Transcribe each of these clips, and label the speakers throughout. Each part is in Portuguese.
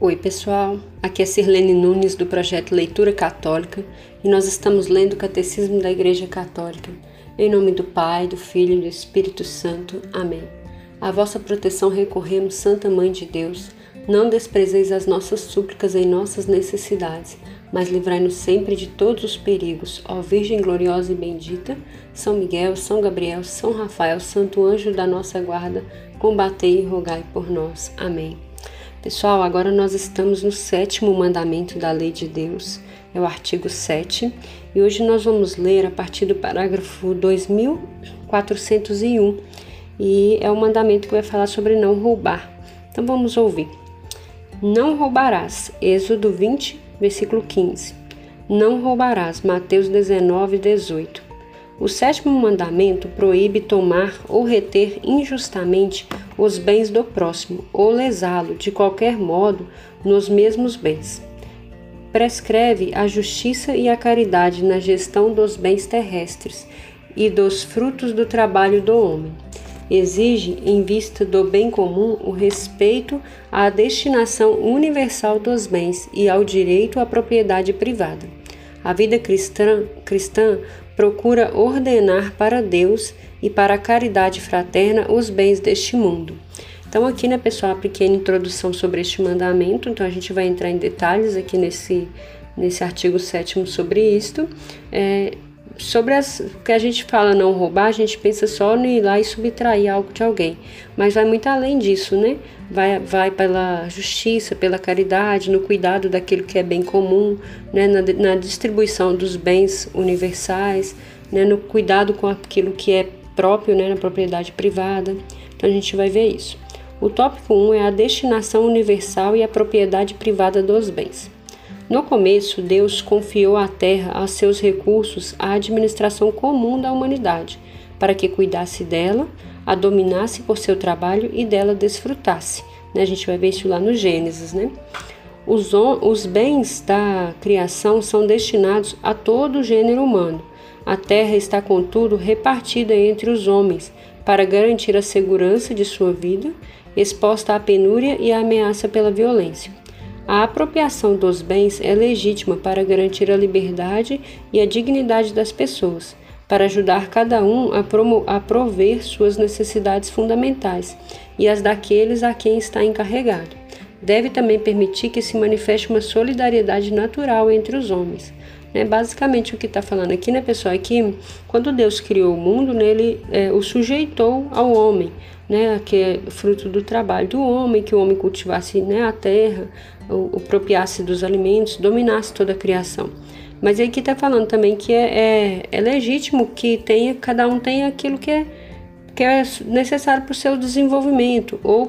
Speaker 1: Oi pessoal, aqui é Sirlene Nunes do projeto Leitura Católica e nós estamos lendo o Catecismo da Igreja Católica. Em nome do Pai, do Filho e do Espírito Santo. Amém. A vossa proteção recorremos, Santa Mãe de Deus. Não desprezeis as nossas súplicas em nossas necessidades, mas livrai-nos sempre de todos os perigos. Ó Virgem gloriosa e bendita, São Miguel, São Gabriel, São Rafael, Santo Anjo da nossa guarda, combatei e rogai por nós. Amém. Pessoal, agora nós estamos no 7º mandamento da Lei de Deus, é o artigo 7, e hoje nós vamos ler a partir do parágrafo 2401, e é o mandamento que vai falar sobre não roubar. Então vamos ouvir. Não roubarás, Êxodo 20, versículo 15. Não roubarás, Mateus 19, 18. O 7º mandamento proíbe tomar ou reter injustamente os bens do próximo ou lesá-lo de qualquer modo nos mesmos bens. Prescreve a justiça e a caridade na gestão dos bens terrestres e dos frutos do trabalho do homem. Exige, em vista do bem comum, o respeito à destinação universal dos bens e ao direito à propriedade privada. A vida cristã procura ordenar para Deus e para a caridade fraterna os bens deste mundo. Então aqui, né, pessoal, uma pequena introdução sobre este mandamento. Então a gente vai entrar em detalhes aqui nesse artigo 7º sobre isto. Sobre que a gente fala não roubar, a gente pensa só no ir lá e subtrair algo de alguém, mas vai muito além disso, né? Vai pela justiça, pela caridade, no cuidado daquilo que é bem comum, né? Na distribuição dos bens universais, né? No cuidado com aquilo que é próprio, né? Na propriedade privada. Então a gente vai ver isso. O tópico 1 é a destinação universal e a propriedade privada dos bens. No começo, Deus confiou à terra, aos seus recursos, à administração comum da humanidade, para que cuidasse dela, a dominasse por seu trabalho e dela desfrutasse. A gente vai ver isso lá no Gênesis, né? Os bens da criação são destinados a todo o gênero humano. A terra está, contudo, repartida entre os homens, para garantir a segurança de sua vida, exposta à penúria e à ameaça pela violência. A apropriação dos bens é legítima para garantir a liberdade e a dignidade das pessoas, para ajudar cada um a prover suas necessidades fundamentais e as daqueles a quem está encarregado. Deve também permitir que se manifeste uma solidariedade natural entre os homens. Basicamente o que está falando aqui, né, pessoal, é que quando Deus criou o mundo, né, ele o sujeitou ao homem, né, que é fruto do trabalho do homem, que o homem cultivasse, né, a terra, o apropriasse dos alimentos, dominasse toda a criação. Mas aí que está falando também que é legítimo que cada um tenha aquilo que é necessário para o seu desenvolvimento ou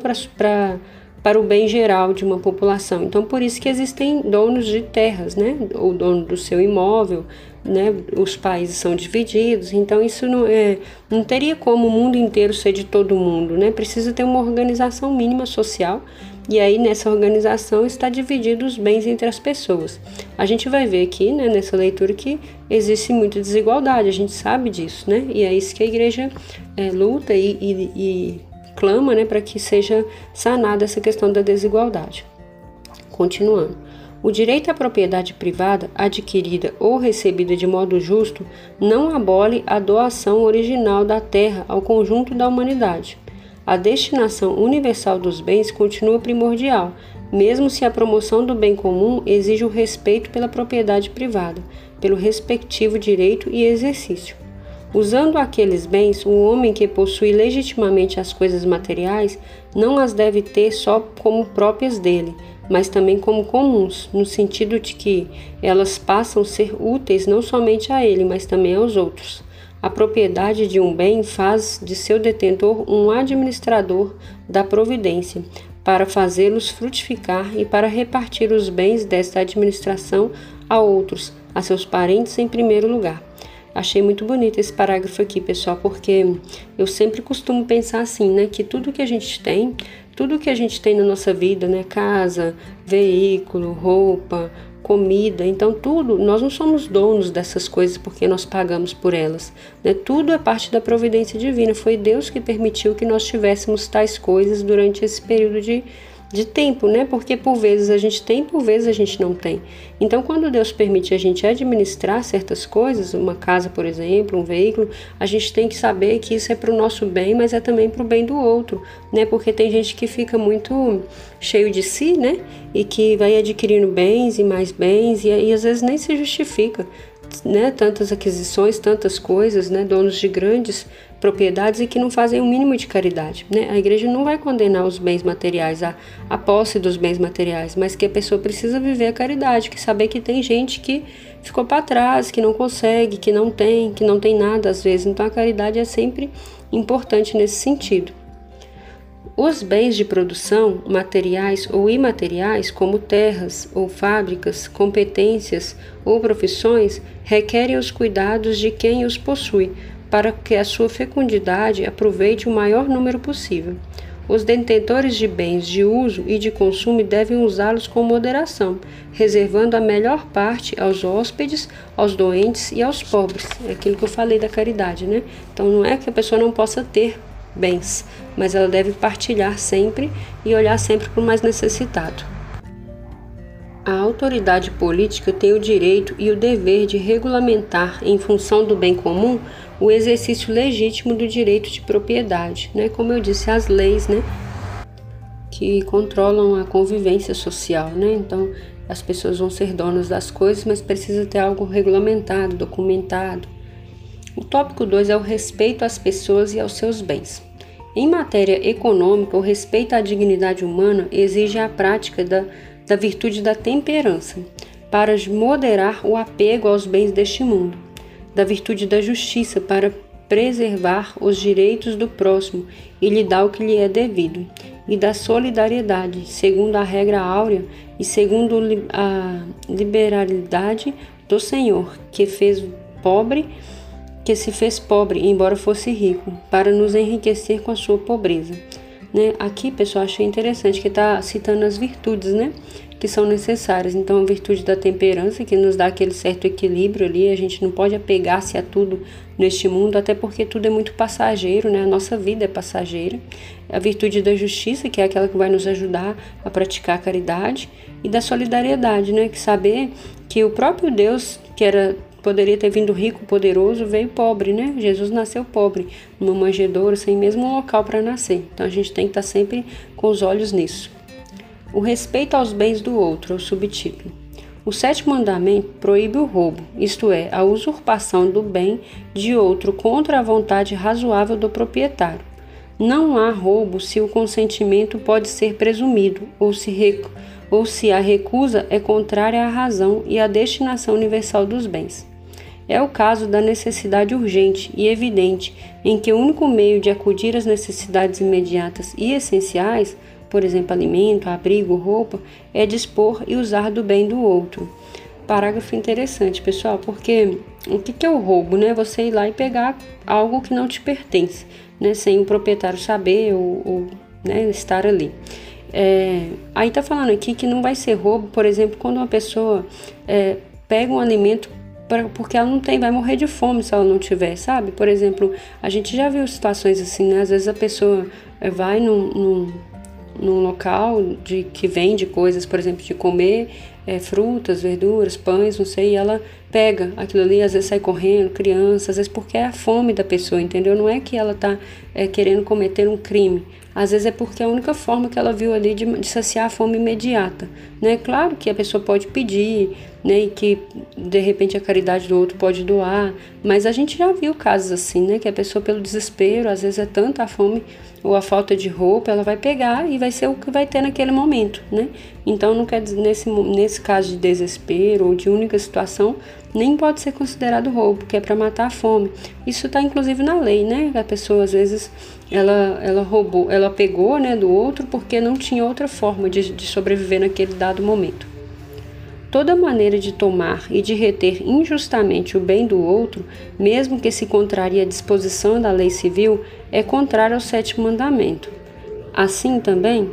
Speaker 1: para o bem geral de uma população. Então, por isso que existem donos de terras, né? O dono do seu imóvel, né? Os países são divididos, então isso não teria como o mundo inteiro ser de todo mundo, né? Precisa ter uma organização mínima social, e aí nessa organização está dividido os bens entre as pessoas. A gente vai ver aqui, né, nessa leitura, que existe muita desigualdade, a gente sabe disso, né? E é isso que a igreja luta e clama, né, para que seja sanada essa questão da desigualdade. Continuando. O direito à propriedade privada, adquirida ou recebida de modo justo, não abole a doação original da terra ao conjunto da humanidade. A destinação universal dos bens continua primordial, mesmo se a promoção do bem comum exige o respeito pela propriedade privada, pelo respectivo direito e exercício. Usando aqueles bens, o homem que possui legitimamente as coisas materiais não as deve ter só como próprias dele, mas também como comuns, no sentido de que elas passam a ser úteis não somente a ele, mas também aos outros. A propriedade de um bem faz de seu detentor um administrador da providência, para fazê-los frutificar e para repartir os bens desta administração a outros, a seus parentes em primeiro lugar. Achei muito bonito esse parágrafo aqui, pessoal, porque eu sempre costumo pensar assim, né, que tudo que a gente tem na nossa vida, né, casa, veículo, roupa, comida, então tudo, nós não somos donos dessas coisas porque nós pagamos por elas, né? Tudo é parte da providência divina, foi Deus que permitiu que nós tivéssemos tais coisas durante esse período de tempo, né? Porque por vezes a gente tem, por vezes a gente não tem. Então, quando Deus permite a gente administrar certas coisas, uma casa, por exemplo, um veículo, a gente tem que saber que isso é para o nosso bem, mas é também para o bem do outro, né? Porque tem gente que fica muito cheio de si, né? E que vai adquirindo bens e mais bens e às vezes nem se justifica, né? Tantas aquisições, tantas coisas, né? Donos de grandes propriedades e que não fazem o mínimo de caridade, né? A igreja não vai condenar os bens materiais, a posse dos bens materiais, mas que a pessoa precisa viver a caridade, que saber que tem gente que ficou para trás, que não consegue, que não tem nada às vezes. Então a caridade é sempre importante nesse sentido. Os bens de produção, materiais ou imateriais, como terras ou fábricas, competências ou profissões, requerem os cuidados de quem os possui, para que a sua fecundidade aproveite o maior número possível. Os detentores de bens de uso e de consumo devem usá-los com moderação, reservando a melhor parte aos hóspedes, aos doentes e aos pobres. É aquilo que eu falei da caridade, né? Então não é que a pessoa não possa ter bens, mas ela deve partilhar sempre e olhar sempre para o mais necessitado. A autoridade política tem o direito e o dever de regulamentar, em função do bem comum, o exercício legítimo do direito de propriedade, né? Como eu disse, as leis, né? Que controlam a convivência social, né? Então, as pessoas vão ser donas das coisas, mas precisa ter algo regulamentado, documentado. O tópico 2 é o respeito às pessoas e aos seus bens. Em matéria econômica, o respeito à dignidade humana exige a prática da virtude da temperança, para moderar o apego aos bens deste mundo, da virtude da justiça, para preservar os direitos do próximo e lhe dar o que lhe é devido, e da solidariedade, segundo a regra áurea e segundo a liberalidade do Senhor, que se fez pobre, embora fosse rico, para nos enriquecer com a sua pobreza. Né? Aqui, pessoal, achei interessante que está citando as virtudes, né? Que são necessárias. Então, a virtude da temperança, que nos dá aquele certo equilíbrio ali, a gente não pode apegar-se a tudo neste mundo, até porque tudo é muito passageiro, né? A nossa vida é passageira. A virtude da justiça, que é aquela que vai nos ajudar a praticar a caridade, e da solidariedade, né? Que saber que o próprio Deus, poderia ter vindo rico, poderoso, veio pobre, né? Jesus nasceu pobre, numa manjedoura, sem mesmo um local para nascer. Então a gente tem que estar sempre com os olhos nisso. O respeito aos bens do outro, é o subtítulo. O 7º mandamento proíbe o roubo, isto é, a usurpação do bem de outro contra a vontade razoável do proprietário. Não há roubo se o consentimento pode ser presumido, ou se a recusa é contrária à razão e à destinação universal dos bens. É o caso da necessidade urgente e evidente, em que o único meio de acudir às necessidades imediatas e essenciais, por exemplo, alimento, abrigo, roupa, é dispor e usar do bem do outro. Parágrafo interessante, pessoal, porque o que é o roubo, né? Você ir lá e pegar algo que não te pertence, né? Sem o proprietário saber ou né, estar ali. Aí tá falando aqui que não vai ser roubo, por exemplo, quando uma pessoa pega um alimento porque ela não vai morrer de fome se ela não tiver, sabe? Por exemplo, a gente já viu situações assim, né? Às vezes a pessoa vai num local que vende coisas, por exemplo, de comer, frutas, verduras, pães, não sei, e ela pega aquilo ali, às vezes sai correndo, criança, às vezes porque é a fome da pessoa, entendeu? Não é que ela tá querendo cometer um crime, às vezes é porque é a única forma que ela viu ali de saciar a fome imediata, né? Claro que a pessoa pode pedir, né? E que de repente a caridade do outro pode doar, mas a gente já viu casos assim, né? Que a pessoa pelo desespero, às vezes é tanta a fome ou a falta de roupa, ela vai pegar e vai ser o que vai ter naquele momento, né? Então não quer dizer, nesse caso de desespero ou de única situação, nem pode ser considerado roubo, porque é para matar a fome. Isso está inclusive na lei, né? A pessoa às vezes ela roubou, ela pegou, né, do outro porque não tinha outra forma de sobreviver naquele dado momento. Toda maneira de tomar e de reter injustamente o bem do outro, mesmo que se contrarie à disposição da lei civil, é contrário ao 7º mandamento. Assim também,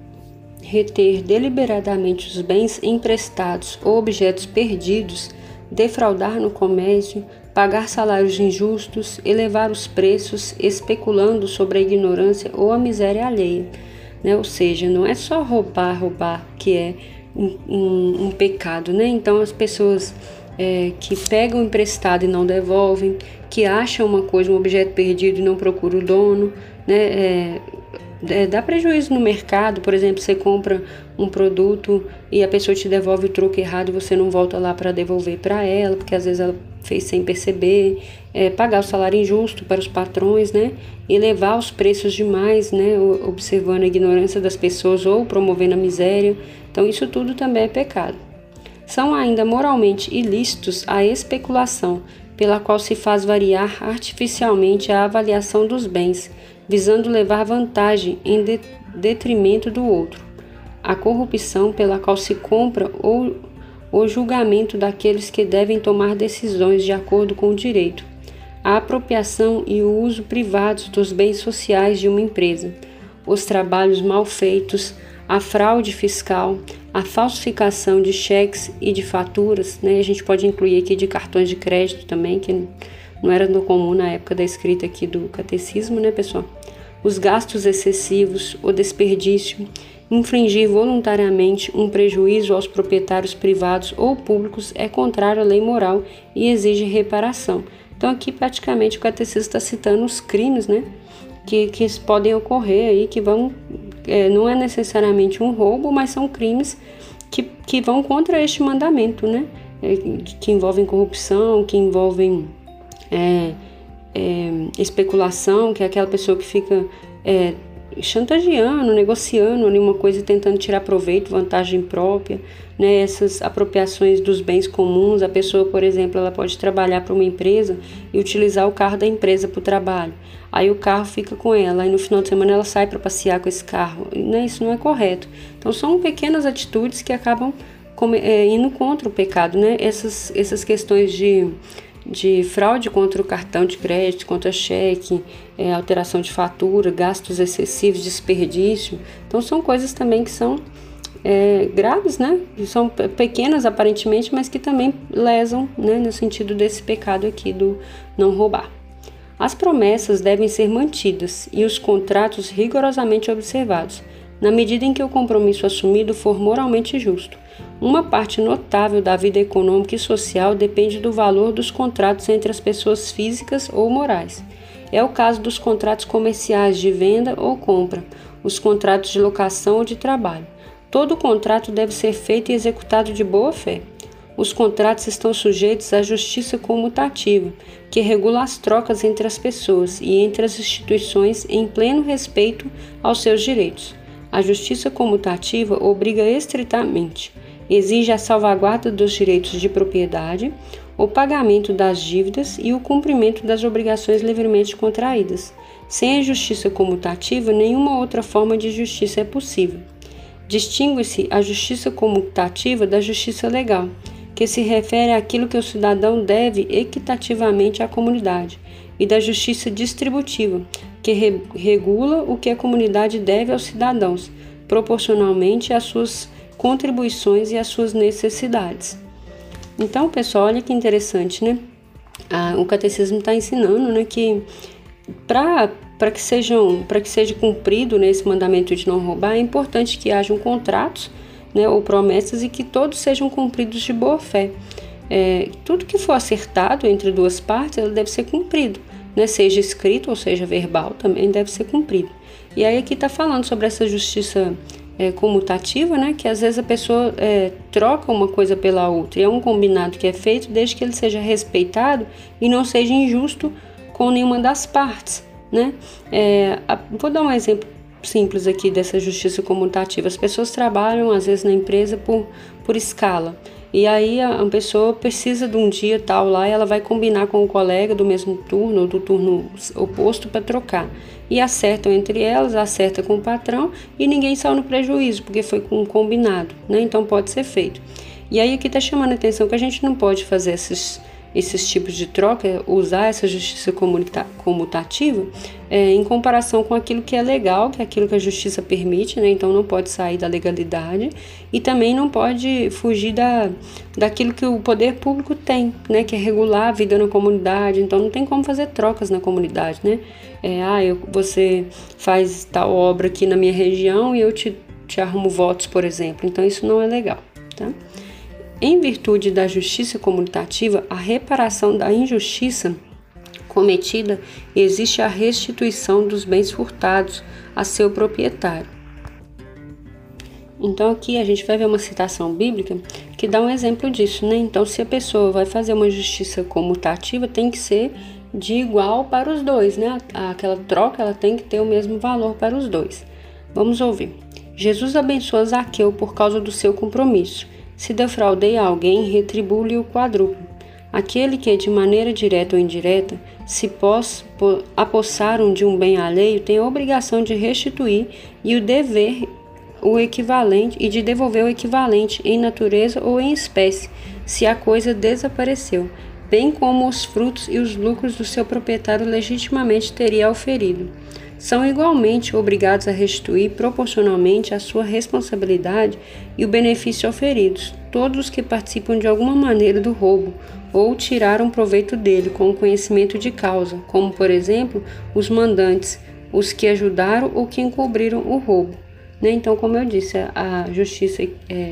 Speaker 1: reter deliberadamente os bens emprestados ou objetos perdidos, defraudar no comércio, pagar salários injustos, elevar os preços, especulando sobre a ignorância ou a miséria alheia, né? Ou seja, não é só roubar que é um pecado, né? Então as pessoas que pegam emprestado e não devolvem, que acham uma coisa, um objeto perdido e não procuram o dono, né? Dá prejuízo no mercado. Por exemplo, você compra um produto e a pessoa te devolve o troco errado e você não volta lá para devolver para ela, porque às vezes ela fez sem perceber. Pagar o salário injusto para os patrões, né? Elevar os preços demais, né? Observando a ignorância das pessoas ou promovendo a miséria. Então isso tudo também é pecado. São ainda moralmente ilícitos a especulação, pela qual se faz variar artificialmente a avaliação dos bens, visando levar vantagem em detrimento do outro, a corrupção pela qual se compra o julgamento daqueles que devem tomar decisões de acordo com o direito, a apropriação e o uso privados dos bens sociais de uma empresa, os trabalhos mal feitos, a fraude fiscal, a falsificação de cheques e de faturas, né? A gente pode incluir aqui de cartões de crédito também, que não era no comum na época da escrita aqui do catecismo, né, pessoal? Os gastos excessivos, o desperdício, infringir voluntariamente um prejuízo aos proprietários privados ou públicos é contrário à lei moral e exige reparação. Então aqui praticamente o catecismo está citando os crimes, né, que podem ocorrer aí, que vão, não é necessariamente um roubo, mas são crimes que vão contra este mandamento, né, que envolvem corrupção, que envolvem especulação, que é aquela pessoa que fica chantageando, negociando ali uma coisa e tentando tirar proveito, vantagem própria, né? Essas apropriações dos bens comuns. A pessoa, por exemplo, ela pode trabalhar para uma empresa e utilizar o carro da empresa para o trabalho. Aí o carro fica com ela, aí no final de semana ela sai para passear com esse carro, né? Isso não é correto. Então são pequenas atitudes que acabam indo contra o pecado, né? Essas questões de fraude contra o cartão de crédito, contra cheque, alteração de fatura, gastos excessivos, desperdício. Então são coisas também que são graves, né? São pequenas aparentemente, mas que também lesam, né, no sentido desse pecado aqui do não roubar. As promessas devem ser mantidas e os contratos rigorosamente observados, na medida em que o compromisso assumido for moralmente justo. Uma parte notável da vida econômica e social depende do valor dos contratos entre as pessoas físicas ou morais. É o caso dos contratos comerciais de venda ou compra, os contratos de locação ou de trabalho. Todo contrato deve ser feito e executado de boa fé. Os contratos estão sujeitos à justiça comutativa, que regula as trocas entre as pessoas e entre as instituições em pleno respeito aos seus direitos. A justiça comutativa obriga estritamente, exige a salvaguarda dos direitos de propriedade, o pagamento das dívidas e o cumprimento das obrigações livremente contraídas. Sem a justiça comutativa, nenhuma outra forma de justiça é possível. Distingue-se a justiça comutativa da justiça legal, que se refere àquilo que o cidadão deve equitativamente à comunidade, e da justiça distributiva, que regula o que a comunidade deve aos cidadãos, proporcionalmente às suas contribuições e às suas necessidades. Então, pessoal, olha que interessante, né? O catecismo está ensinando, né, que para que seja cumprido, né, esse mandamento de não roubar, é importante que hajam contratos, né, ou promessas, e que todos sejam cumpridos de boa fé. Tudo que for acertado entre duas partes, ele deve ser cumprido, né, seja escrito ou seja verbal, também deve ser cumprido. E aí aqui está falando sobre essa justiça comutativa, né, que às vezes a pessoa troca uma coisa pela outra, e é um combinado que é feito desde que ele seja respeitado e não seja injusto com nenhuma das partes, né? Vou dar um exemplo simples aqui dessa justiça comutativa. As pessoas trabalham às vezes na empresa por escala, e aí a pessoa precisa de um dia tal lá e ela vai combinar com o colega do mesmo turno ou do turno oposto para trocar, e acertam entre elas, acerta com o patrão e ninguém saiu no prejuízo porque foi com um combinado, né? Então pode ser feito. E aí aqui está chamando a atenção que a gente não pode fazer esses tipos de troca, usar essa justiça comutativa em comparação com aquilo que é legal, que é aquilo que a justiça permite, né? Então não pode sair da legalidade e também não pode fugir daquilo que o poder público tem, né? Que é regular a vida na comunidade. Então não tem como fazer trocas na comunidade, né? Você faz tal obra aqui na minha região e eu te arrumo votos, por exemplo. Então isso não é legal, tá? Em virtude da justiça comutativa, a reparação da injustiça cometida existe a restituição dos bens furtados a seu proprietário. Então aqui a gente vai ver uma citação bíblica que dá um exemplo disso, né? Então se a pessoa vai fazer uma justiça comutativa, tem que ser de igual para os dois, né? Aquela troca ela tem que ter o mesmo valor para os dois. Vamos ouvir. Jesus abençoa Zaqueu por causa do seu compromisso. Se defraudei a alguém, retribuo-lhe o quádruplo. Aquele que, de maneira direta ou indireta, se apossaram de um bem alheio, tem a obrigação de restituir e o dever o equivalente e de devolver o equivalente em natureza ou em espécie, se a coisa desapareceu, bem como os frutos e os lucros do seu proprietário legitimamente teria auferido. São igualmente obrigados a restituir proporcionalmente a sua responsabilidade e o benefício auferidos, todos os que participam de alguma maneira do roubo ou tiraram proveito dele com o conhecimento de causa, como, por exemplo, os mandantes, os que ajudaram ou que encobriram o roubo. Então, como eu disse, a justiça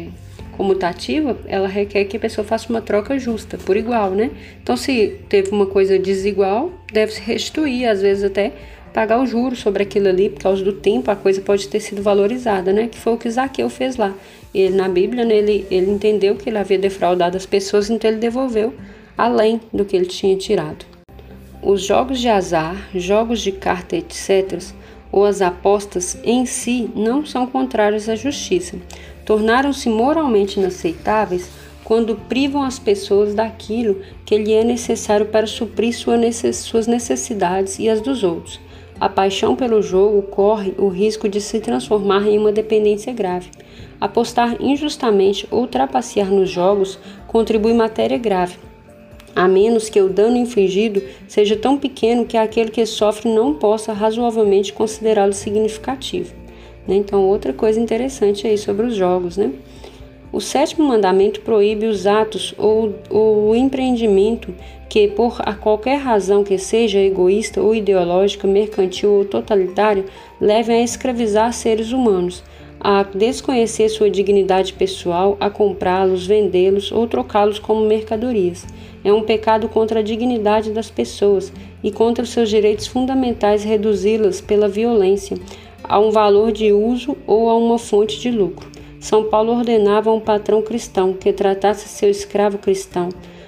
Speaker 1: comutativa, ela requer que a pessoa faça uma troca justa, por igual, né? Então, se teve uma coisa desigual, deve-se restituir, às vezes até pagar o juro sobre aquilo ali, por causa do tempo, a coisa pode ter sido valorizada, né? Que foi o que Zaqueu fez lá. Ele, na Bíblia, né, ele entendeu que ele havia defraudado as pessoas, então ele devolveu além do que ele tinha tirado. Os jogos de azar, jogos de carta, etc., ou as apostas em si não são contrários à justiça. Tornaram-se moralmente inaceitáveis quando privam as pessoas daquilo que lhe é necessário para suprir suas necessidades e as dos outros. A paixão pelo jogo corre o risco de se transformar em uma dependência grave. Apostar injustamente ou trapacear nos jogos contribui matéria grave, a menos que o dano infligido seja tão pequeno que aquele que sofre não possa razoavelmente considerá-lo significativo. Então, outra coisa interessante aí sobre os jogos, né? O 7º mandamento proíbe os atos ou o empreendimento que, por qualquer razão que seja egoísta ou ideológica, mercantil ou totalitária, levem a escravizar seres humanos, a desconhecer sua dignidade pessoal, a comprá-los, vendê-los ou trocá-los como mercadorias. É um pecado contra a dignidade das pessoas e contra os seus direitos fundamentais reduzi-las pela violência a um valor de uso ou a uma fonte de lucro. São Paulo ordenava a um patrão cristão que tratasse seu escravo cristão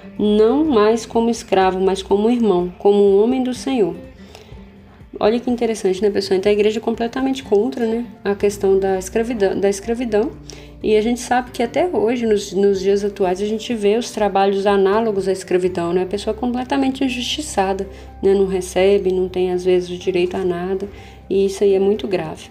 Speaker 1: não mais como escravo, mas como irmão, como um homem do Senhor. Olha que interessante, né, pessoal? Então a igreja é completamente contra, né, a questão da escravidão. E a gente sabe que até hoje, nos dias atuais, a gente vê os trabalhos análogos à escravidão, né? A pessoa é completamente injustiçada, né? Não recebe, não tem às vezes o direito a nada, e isso aí é muito grave.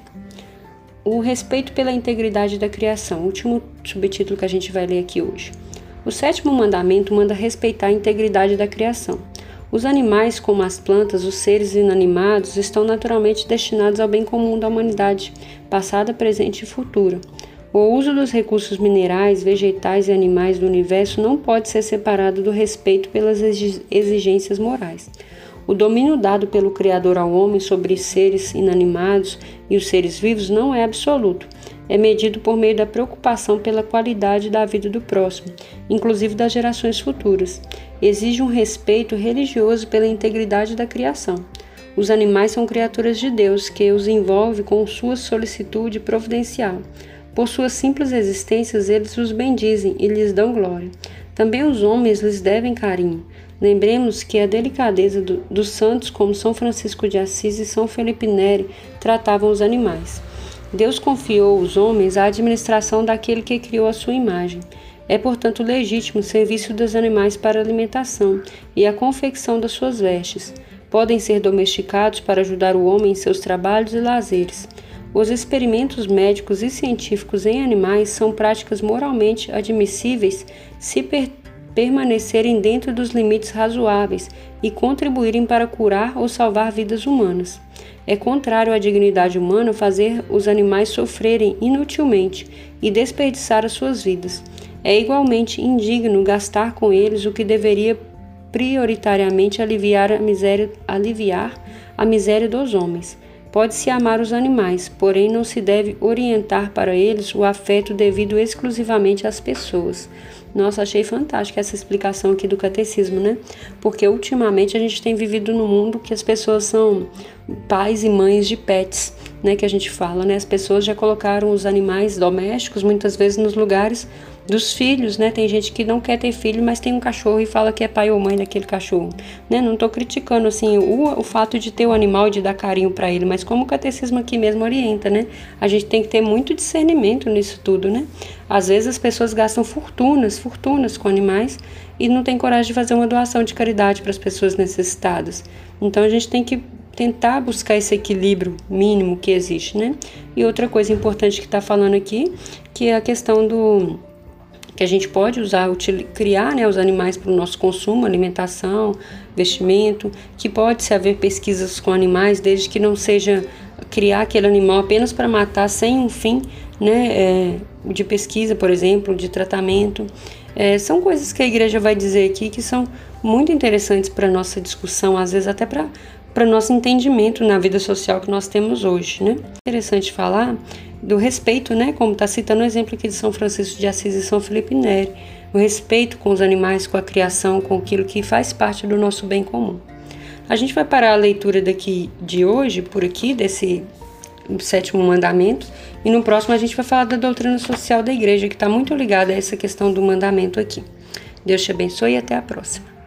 Speaker 1: O respeito pela integridade da criação, último subtítulo que a gente vai ler aqui hoje. O 7º mandamento manda respeitar a integridade da criação. Os animais, como as plantas, os seres inanimados, estão naturalmente destinados ao bem comum da humanidade, passada, presente e futura. O uso dos recursos minerais, vegetais e animais do universo não pode ser separado do respeito pelas exigências morais. O domínio dado pelo Criador ao homem sobre seres inanimados e os seres vivos não é absoluto. É medido por meio da preocupação pela qualidade da vida do próximo, inclusive das gerações futuras. Exige um respeito religioso pela integridade da criação. Os animais são criaturas de Deus, que os envolve com sua solicitude providencial. Por suas simples existências, eles os bendizem e lhes dão glória. Também os homens lhes devem carinho. Lembremos que a delicadeza dos santos como São Francisco de Assis e São Felipe Neri tratavam os animais. Deus confiou aos homens a administração daquele que criou a sua imagem. É, portanto, legítimo o serviço dos animais para a alimentação e a confecção das suas vestes. Podem ser domesticados para ajudar o homem em seus trabalhos e lazeres. Os experimentos médicos e científicos em animais são práticas moralmente admissíveis se permanecerem dentro dos limites razoáveis e contribuírem para curar ou salvar vidas humanas. É contrário à dignidade humana fazer os animais sofrerem inutilmente e desperdiçar as suas vidas. É igualmente indigno gastar com eles o que deveria prioritariamente aliviar a miséria dos homens. Pode-se amar os animais, porém não se deve orientar para eles o afeto devido exclusivamente às pessoas. Nossa, achei fantástica essa explicação aqui do catecismo, né? Porque ultimamente a gente tem vivido num mundo que as pessoas são pais e mães de pets, né? Que a gente fala, né? As pessoas já colocaram os animais domésticos muitas vezes nos lugares dos filhos, né? Tem gente que não quer ter filho, mas tem um cachorro e fala que é pai ou mãe daquele cachorro, né? Não estou criticando, assim, o fato de ter o animal e de dar carinho para ele, mas como o catecismo aqui mesmo orienta, né? A gente tem que ter muito discernimento nisso tudo, né? Às vezes as pessoas gastam fortunas com animais e não tem coragem de fazer uma doação de caridade para as pessoas necessitadas. Então a gente tem que tentar buscar esse equilíbrio mínimo que existe, né? E outra coisa importante que está falando aqui, que é a questão do que a gente pode usar, criar, né, os animais para o nosso consumo, alimentação, vestimento, que pode-se haver pesquisas com animais, desde que não seja criar aquele animal apenas para matar sem um fim, né, de pesquisa, por exemplo, de tratamento. São coisas que a igreja vai dizer aqui que são muito interessantes para a nossa discussão, às vezes até para nosso entendimento na vida social que nós temos hoje, né? Interessante falar do respeito, né? Como está citando o exemplo aqui de São Francisco de Assis e São Felipe Neri, o respeito com os animais, com a criação, com aquilo que faz parte do nosso bem comum. A gente vai parar a leitura de hoje, por aqui, desse 7º mandamento, e no próximo a gente vai falar da doutrina social da igreja, que está muito ligada a essa questão do mandamento aqui. Deus te abençoe e até a próxima.